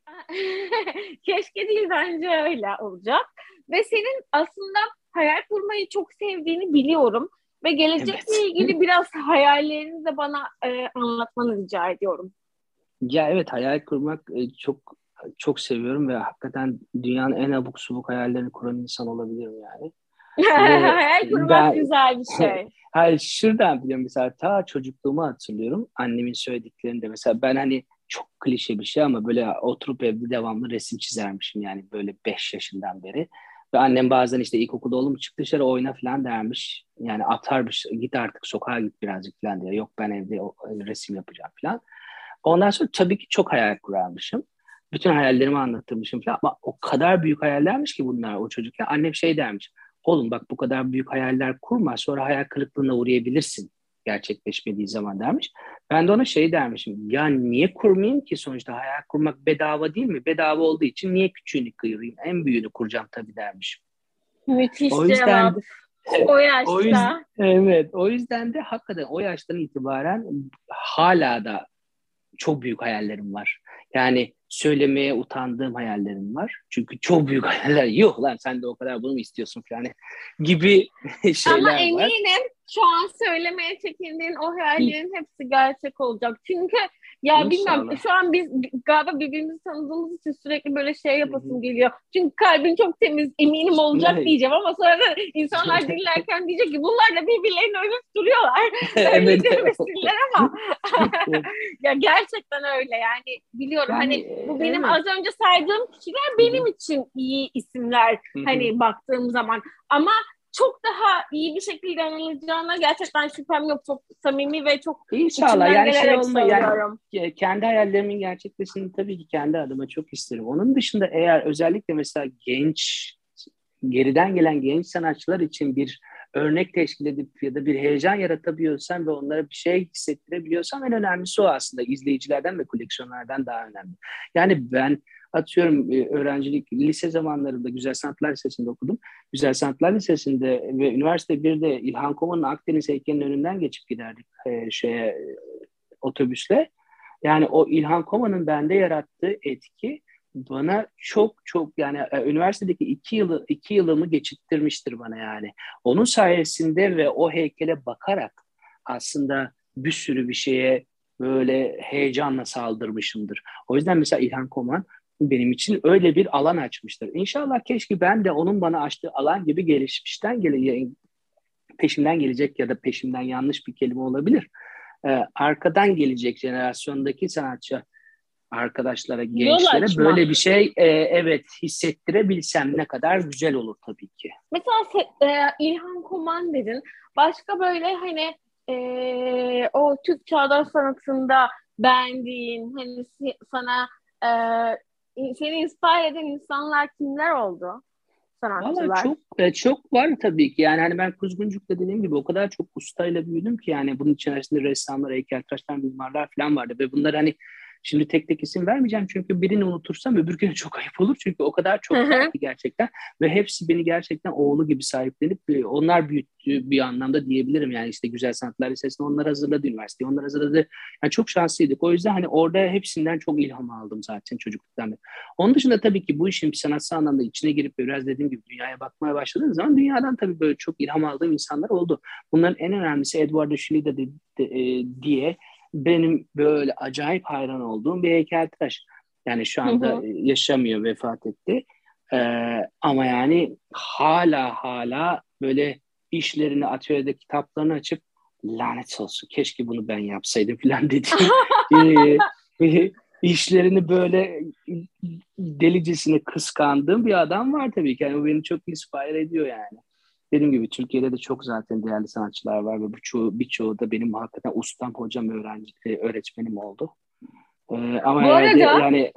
keşke değil bence öyle olacak. Ve senin aslında hayal kurmayı çok sevdiğini biliyorum. Ve Evet. gelecekle ilgili biraz hayallerini de bana e, anlatmanı rica ediyorum. Ya evet, hayal kurmak e, çok çok seviyorum ve hakikaten dünyanın en abuk subuk hayallerini kuran insan olabilirim yani. Ve Hayal kurmak ben güzel bir şey. hayır, şuradan biliyorum, mesela ta çocukluğumu hatırlıyorum. Annemin söylediklerinde mesela ben hani çok klişe bir şey ama böyle oturup evde devamlı resim çizermişim yani böyle beş yaşından beri. Ve annem bazen işte ilkokulda oğlum çık dışarı oyna falan dermiş. Yani atarmış, git artık sokağa git birazcık falan diye. Yok ben evde o- resim yapacağım falan. Ondan sonra tabii ki çok hayal kurarmışım. Bütün hayallerimi anlatırmışım falan. Ama o kadar büyük hayallermiş ki bunlar o çocukken. Annem şey dermiş. Oğlum bak bu kadar büyük hayaller kurma, sonra hayal kırıklığına uğrayabilirsin gerçekleşmediği zaman dermiş. Ben de ona şey dermişim. Ya niye kurmayayım ki, sonuçta hayal kurmak bedava değil mi? Bedava olduğu için niye küçüğünü kıyırayım? En büyüğünü kuracağım tabii dermişim. Müthiş O yüzden cevap. de O o yüzden yaşta. evet, o yüzden de hakikaten o yaştan itibaren hala da çok büyük hayallerim var. Yani söylemeye utandığım hayallerim var. Çünkü çok büyük hayaller. Yok lan sen de o kadar bunu mu istiyorsun falan gibi Ama şeyler var. eminim şu an söylemeye çekindiğin o hayallerin hepsi gerçek olacak. Çünkü ya bilmem, İnşallah. şu an biz galiba birbirimizi tanıdığımız için sürekli böyle şey Hı hı. yapasım geliyor. Çünkü kalbin çok temiz, eminim olacak Evet. diyeceğim ama sonra da insanlar dinlerken diyecek ki bunlar da birbirlerini övüp duruyorlar. Öyle Evet. demesinler ama ya gerçekten öyle yani, biliyorum Yani hani e, bu benim evet. az önce saydığım kişiler Hı hı. benim için iyi isimler Hı hı. hani baktığım zaman, ama çok daha iyi bir şekilde anılacağına gerçekten şüphem yok. Çok samimi ve çok İnşallah içimden yani şey gelerek olma yani, söylüyorum. ke- kendi hayallerimin gerçekleşini tabii ki kendi adıma çok isterim. Onun dışında eğer özellikle mesela genç, geriden gelen genç sanatçılar için bir örnek teşkil edip ya da bir heyecan yaratabiliyorsam ve onlara bir şey hissettirebiliyorsam en önemlisi o aslında. İzleyicilerden ve koleksiyonlardan daha önemli. Yani ben atıyorum e, öğrencilik, lise zamanlarında Güzel Sanatlar Lisesi'nde okudum. Güzel Sanatlar Lisesi'nde ve üniversite birde İlhan Koman'ın Akdeniz heykelinin önünden geçip giderdik e, şeye otobüsle. Yani o İlhan Koma'nın bende yarattığı etki bana çok çok yani e, üniversitedeki iki yılı iki yılımı geçittirmiştir bana yani. Onun sayesinde ve o heykele bakarak aslında bir sürü bir şeye böyle heyecanla saldırmışımdır. O yüzden mesela İlhan Koman benim için öyle bir alan açmıştır. İnşallah keşke ben de onun bana açtığı alan gibi gelişmişten gele peşimden gelecek ya da peşimden yanlış bir kelime olabilir. Ee, arkadan gelecek jenerasyondaki sanatçı arkadaşlara, Yol gençlere açmak. böyle bir şey e, evet hissettirebilsem ne kadar güzel olur tabii ki. Mesela se- e, İlhan Koman dedin. Başka böyle hani e, o Türk çağdaş sanatında beğendiğin, hani si- sana e, seni inspire eden insanlar kimler oldu? Valla Sanatçılar. çok e, çok var tabii ki. Yani hani ben Kuzguncuk'ta dediğim gibi o kadar çok ustayla büyüdüm ki yani bunun içerisinde ressamlar, heykeltıraşlar, mimarlar falan vardı ve bunlar hani şimdi tek tek isim vermeyeceğim çünkü birini unutursam öbür gün çok ayıp olur çünkü o kadar Hı çok var hı. ki gerçekten ve hepsi beni gerçekten oğlu gibi sahiplenip e, onlar büyüttü bir anlamda diyebilirim yani işte Güzel Sanatlar Lisesi'nde onlar hazırladı, üniversiteyi onlar hazırladı. Yani çok şanslıydık. O yüzden hani orada hepsinden çok ilham aldım zaten çocukluktan beri. Onun dışında tabii ki bu işin bir sanatsal anlamda içine girip biraz dediğim gibi dünyaya bakmaya başladığım zaman dünyadan tabii böyle çok ilham aldığım insanlar oldu. Bunların en önemlisi Eduardo Chillida de, de, e, diye benim böyle acayip hayran olduğum bir heykeltıraş. Yani şu Hı anda hı. e, yaşamıyor, vefat etti. Ee, ama yani hala hala böyle işlerini, atölyede kitaplarını açıp lanet olsun keşke bunu ben yapsaydım falan dediğim e, e, işlerini böyle delicesine kıskandığım bir adam var tabii ki. Yani o beni çok inspire ediyor yani. Dediğim gibi Türkiye'de de çok zaten değerli sanatçılar var ve birçoğu, birçoğu da benim hakikaten ustam, hocam, öğrenci, e, öğretmenim oldu. Ee, ama Bu herhalde arada yani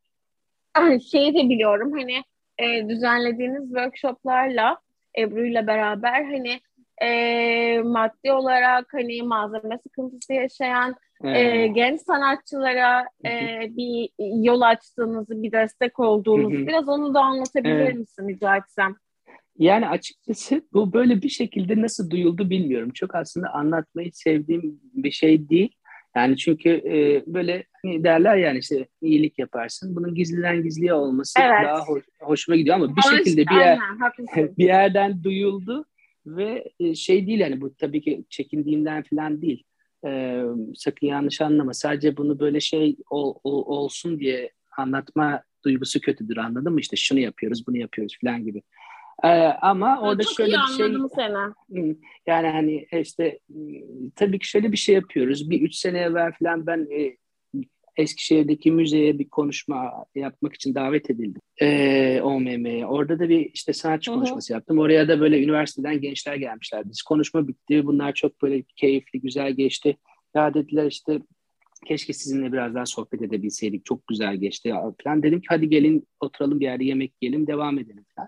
şeyi de biliyorum hani e, düzenlediğiniz workshoplarla Ebru'yla beraber hani e, maddi olarak hani malzeme sıkıntısı yaşayan e, e, genç sanatçılara e, bir yol açtığınızı, bir destek olduğunuzu biraz onu da anlatabilir e, misin rica etsem? yani açıkçası bu böyle bir şekilde nasıl duyuldu bilmiyorum. Çok aslında anlatmayı sevdiğim bir şey değil. Yani çünkü e, böyle hani derler yani işte iyilik yaparsın. Bunun gizliden gizliye olması Evet. daha hoş- hoşuma gidiyor ama bir Alış, şekilde bir yer aynen haklısın. bir yerden duyuldu. Ve e, şey değil yani bu tabii ki çekindiğimden falan değil. Ee, sakın yanlış anlama. Sadece bunu böyle şey ol, ol- olsun diye anlatma duygusu kötüdür, anladın mı? İşte şunu yapıyoruz, bunu yapıyoruz falan gibi. Ee, ama Ha, orada çok iyi şöyle bir şey, anladım seni. hmm, yani hani işte hmm, tabii ki şöyle bir şey yapıyoruz. Bir üç sene evvel falan ben e, Eskişehir'deki müzeye bir konuşma yapmak için davet edildim. Ee, O M M'ye. Orada da bir işte sanatçı Hı hı. konuşması yaptım. Oraya da böyle üniversiteden gençler gelmişler. Biz konuşma bitti. Bunlar çok böyle keyifli, güzel geçti. Ya dediler işte keşke sizinle biraz daha sohbet edebilseydik. Çok güzel geçti falan. Dedim ki hadi gelin oturalım bir yerde yemek yiyelim, devam edelim falan.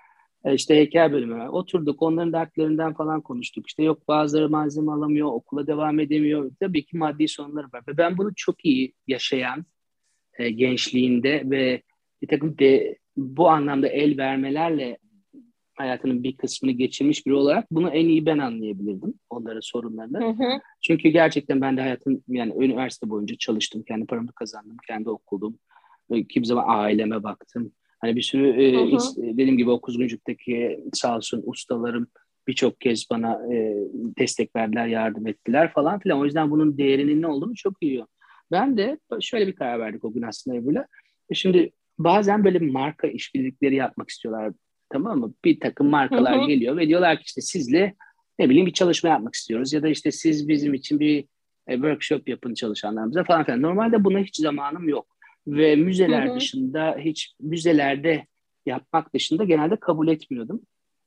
E, İşte heykel bölümü var. Oturduk, onların dertlerinden falan konuştuk. İşte yok bazıları malzeme alamıyor, okula devam edemiyor. Tabii ki maddi sorunları var. Ve ben bunu çok iyi yaşayan, e, gençliğinde ve bir takım de, bu anlamda el vermelerle hayatının bir kısmını geçirmiş biri olarak bunu en iyi ben anlayabilirdim, onların sorunlarını. Hı hı. Çünkü gerçekten ben de hayatım yani üniversite boyunca çalıştım, kendi paramı kazandım, kendi okudum. Ve kimi zaman aileme baktım. Hani bir sürü Hı e, hı. dediğim gibi o Kuzguncuk'taki sağ olsun ustalarım birçok kez bana e, destek verdiler, yardım ettiler falan filan. O yüzden bunun değerinin ne olduğunu çok iyi. Ben de şöyle bir karar verdik o gün aslında Ebru'yla. E Şimdi bazen böyle marka işbirlikleri yapmak istiyorlar. Tamam mı? Bir takım Hı markalar hı. geliyor ve diyorlar ki işte sizle ne bileyim bir çalışma yapmak istiyoruz ya da işte siz bizim için bir e, workshop yapın çalışanlarımıza falan filan. Normalde buna hiç zamanım yok. Ve Hı müzeler hı. dışında hiç müzelerde yapmak dışında genelde kabul etmiyordum.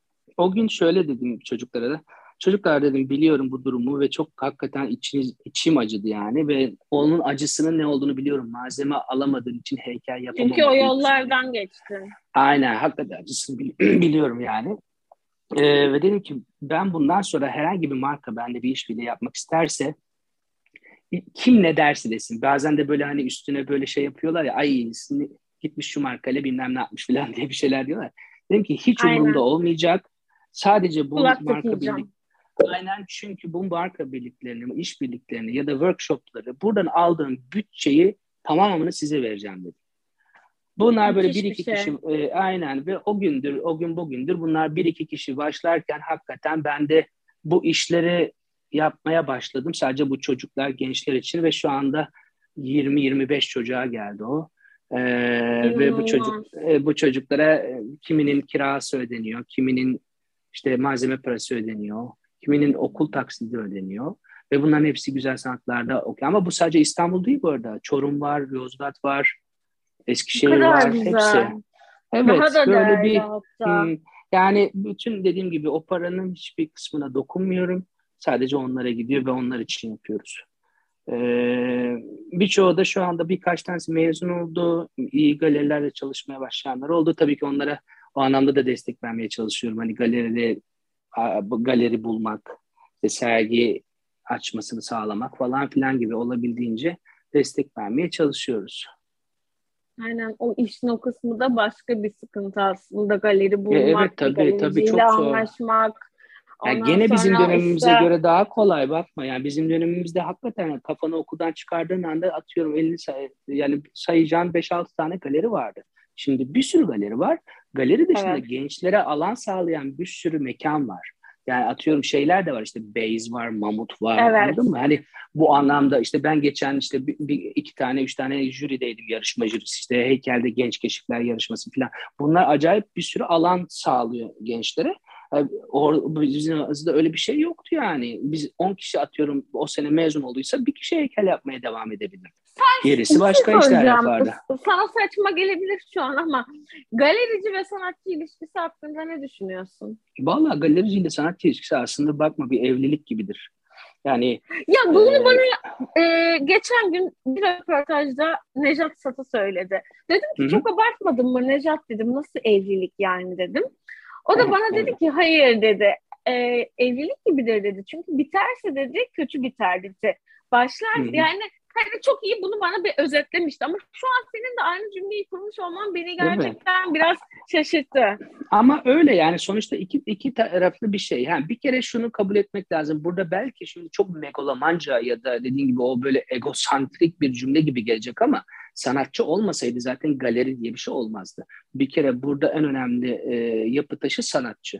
O gün şöyle dedim çocuklara da. Çocuklar dedim biliyorum bu durumu ve çok hakikaten içiniz, içim acıdı yani ve onun acısının ne olduğunu biliyorum. Malzeme alamadığım için, heykel Çünkü o yapamama duygusunu biliyorum. yollardan geçtin. Aynen hakikaten acısını bil- biliyorum yani. Ee, ve dedim ki ben bundan sonra herhangi bir marka benimle bir işbirliği yapmak isterse kim ne derse desin. Bazen de böyle hani üstüne böyle şey yapıyorlar ya ay gitmiş şu markayla bilmem ne yapmış falan diye bir şeyler diyorlar. Dedim ki hiç umurumda Aynen. olmayacak. Sadece bu Kulak marka birlik tıkayacağım. aynen çünkü bu marka birliklerini, iş birliklerini ya da workshopları buradan aldığım bütçeyi tamamını size vereceğim dedim. Bunlar böyle bir Müthiş bir iki kişi şey. e, aynen ve o gündür, o gün bugündür bunlar bir iki kişi başlarken hakikaten ben de bu işleri yapmaya başladım. Sadece bu çocuklar, gençler için ve şu anda yirmi yirmi beş çocuğa geldi o. Ee, ve bu çocuk İnanılmaz. e, bu çocuklara e, kiminin kirası ödeniyor, kiminin işte malzeme parası ödeniyor, kiminin okul taksidi ödeniyor. Ve bunların hepsi güzel sanatlarda okuyor. Ama bu sadece İstanbul değil bu arada. Çorum var, Yozgat var, Ne Eskişehir kadar var, hepsi. güzel. Daha Evet, da böyle değerli bir hatta. hmm, yani bütün dediğim gibi o paranın hiçbir kısmına dokunmuyorum. Sadece onlara gidiyor ve onlar için yapıyoruz. Ee, Birçoğu da şu anda birkaç tanesi mezun oldu. İyi galerilerle çalışmaya başlayanlar oldu. Tabii ki onlara o anlamda da destek vermeye çalışıyorum. Hani galeride a- galeri bulmak, işte sergi açmasını sağlamak falan filan gibi olabildiğince destek vermeye çalışıyoruz. Aynen, o işin o kısmı da başka bir sıkıntı aslında. Galeri E, evet bulmak, bir tabii tabii galericiyle çok zor. anlaşmak. Yani Ondan gene bizim sonra işte dönemimize göre daha kolay bakma. Yani bizim dönemimizde hakikaten kafanı okuldan çıkardığın anda atıyorum elini say yani sayacağın beş altı tane galeri vardı. Şimdi bir sürü galeri var. Galeri dışında evet, gençlere alan sağlayan bir sürü mekan var. Yani atıyorum şeyler de var işte Base var, Mamut var anladın evet. mı? Hani bu anlamda işte ben geçen işte bir, bir- iki tane üç tane jürideydim yarışma jürisi işte heykelde genç keşifler yarışması falan. Bunlar acayip bir sürü alan sağlıyor gençlere. Yani or, bizim aramızda öyle bir şey yoktu yani. Biz on kişi atıyorum o sene mezun olduysa bir kişi heykel yapmaya devam edebilirdi. Gerisi Bir şey başka işler soracağım. yapardı. Sana saçma gelebilir şu an ama galerici ve sanatçı ilişkisi hakkında ne düşünüyorsun? Vallahi galericiyle sanatçı ilişkisi aslında bakma bir evlilik gibidir. Yani Ya e, bunu bana e, geçen gün bir röportajda Nejat Satı söyledi. Dedim hı ki hı, çok abartmadın mı Nejat, dedim. Nasıl evlilik yani, dedim. O da bana dedi evet. ki hayır dedi. E, evlilik gibidir dedi. Çünkü biterse dedi kötü biter dedi. Başlar Hı hı, yani, hani çok iyi bunu bana bir özetlemişti. Ama şu an senin de aynı cümleyi kurmuş olman beni evet. gerçekten biraz şaşırttı. Ama öyle yani sonuçta iki, iki taraflı bir şey. Yani bir kere şunu kabul etmek lazım. Burada belki şimdi çok megalomanca ya da dediğin gibi o böyle egosantrik bir cümle gibi gelecek ama sanatçı olmasaydı zaten galeri diye bir şey olmazdı. Bir kere burada en önemli e, yapı taşı sanatçı.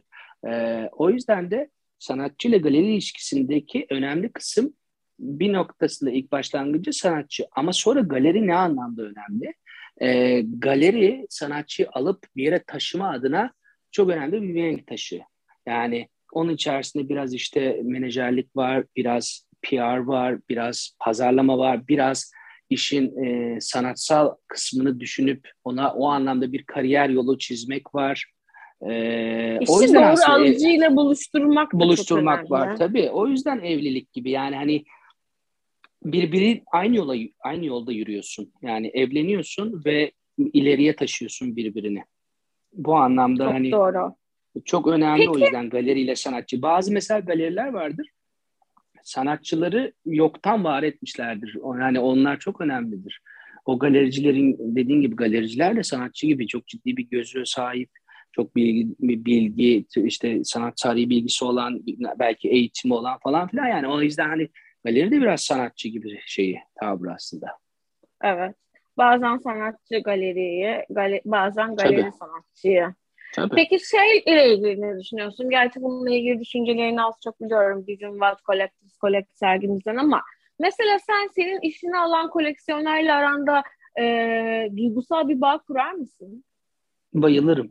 Ee, o yüzden de sanatçı ile galeri ilişkisindeki önemli kısım bir noktasında ilk başlangıcı sanatçı. Ama sonra galeri ne anlamda önemli? Ee, galeri sanatçıyı alıp bir yere taşıma adına çok önemli bir mihenk taşı. Yani onun içerisinde biraz işte menajerlik var, biraz P R var, biraz pazarlama var, biraz işin e, sanatsal kısmını düşünüp ona o anlamda bir kariyer yolu çizmek var. E, o İşi yüzden doğru aslında e, alıcıyla buluşturmak da çok buluşturmak var önemli. tabii. O yüzden evlilik gibi yani hani birbiri aynı yola aynı yolda yürüyorsun. Yani evleniyorsun ve ileriye taşıyorsun birbirini. Bu anlamda Çok hani doğru. çok önemli o Peki, yüzden galeriyle sanatçı. Bazı mesela galeriler vardır. Sanatçıları yoktan var etmişlerdir. O- Yani onlar çok önemlidir. O galericilerin dediğin gibi galericiler de sanatçı gibi çok ciddi bir gözü sahip, çok bilgi, bilgi işte sanat tarihi bilgisi olan, belki eğitimi olan falan filan. Yani o yüzden hani galeri de biraz sanatçı gibi şeyi tavrı aslında. evet. Bazen sanatçı galeriyi, gale- bazen Tabii, galeri sanatçıyı. tabii. Peki şey ile ilgili ne düşünüyorsun? Gerçi bununla ilgili düşüncelerini az çok biliyorum bizim Watt Collective Collect sergimizden ama mesela sen senin işini alan koleksiyonerle aranda e, duygusal bir bağ kurar mısın? Bayılırım.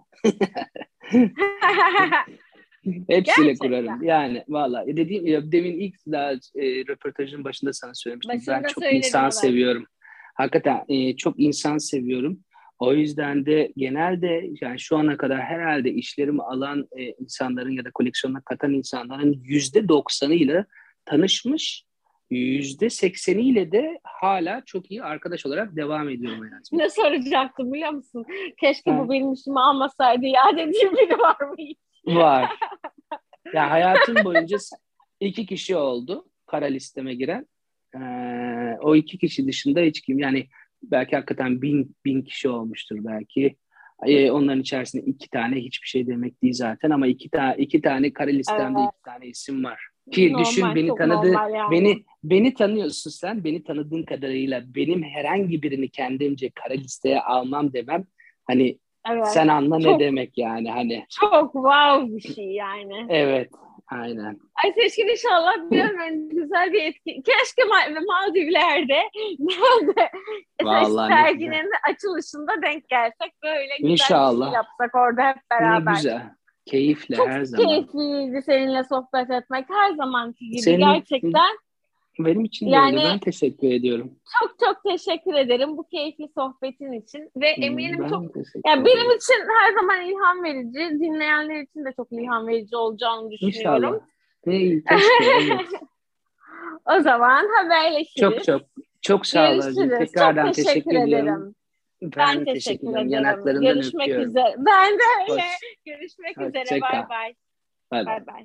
Hepsiyle kurarım. Gerçekten. Yani valla dediğim ya, demin ilk daha e, röportajın başında sana söylemiştim. Ben Başında çok söyledin, insan evet. seviyorum. Hakikaten e, çok insan seviyorum. O yüzden de genelde yani şu ana kadar herhalde işlerimi alan e, insanların ya da koleksiyonuna katan insanların yüzde doksanıyla tanışmış, yüzde sekseniyle de hala çok iyi arkadaş olarak devam ediyorum hayatımda. Ne soracaktım biliyor musun? Keşke Ha, bu benim işimi almasaydı ya dediğim biri var mı? var. Yani hayatım boyunca iki kişi oldu kara listeme giren. Ee, o iki kişi dışında hiç kim yani belki hakikaten bin, bin kişi olmuştur belki. Ee, onların içerisinde iki tane hiçbir şey demek değil zaten ama iki tane iki tane kara listemde Evet. iki tane isim var. Ki düşün Normal, beni çok tanıdı normal yani. beni beni tanıyorsun sen beni tanıdığın kadarıyla benim herhangi birini kendimce kara listeye almam demem hani Evet. sen anla ne Çok demek yani hani çok wow bir şey yani. evet aynen. Ay Seçkin, inşallah bir an önce güzel bir etki. Keşke Ma- Maldivler'de nerede Vallahi ne güzel. serginin açılışında denk gelsek, böyle güzel bir şey İnşallah. yapsak orada hep Ne beraber. güzel. Keyifle Çok her zaman. keyifliydi seninle sohbet etmek, her zamanki gibi Senin gerçekten. benim için de öyle. Yani Ben teşekkür ediyorum. çok çok teşekkür ederim bu keyifli sohbetin için ve eminim çok, Ben teşekkür yani benim ederim. için her zaman ilham verici, dinleyenler için de çok ilham verici olacağını düşünüyorum. İnşallah. Değil, keşke evet. O zaman Çok haberleşiriz. çok çok sağ ol Arzu. Görüşürüz. Çok Tekrardan teşekkür teşekkür ediyorum. ederim. Ben Ben teşekkür teşekkür ederim. ederim. Yanaklarından Görüşmek öpüyorum. üzere. Ben de öyle. Hoş, Görüşmek üzere. hoşça kal. Bay bay. Bay bay. Bay bay.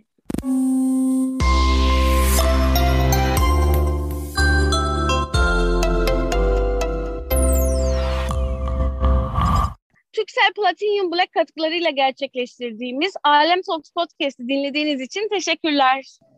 Türksel Platinum Black katkılarıyla gerçekleştirdiğimiz Alem Talks Podcast'ı dinlediğiniz için teşekkürler.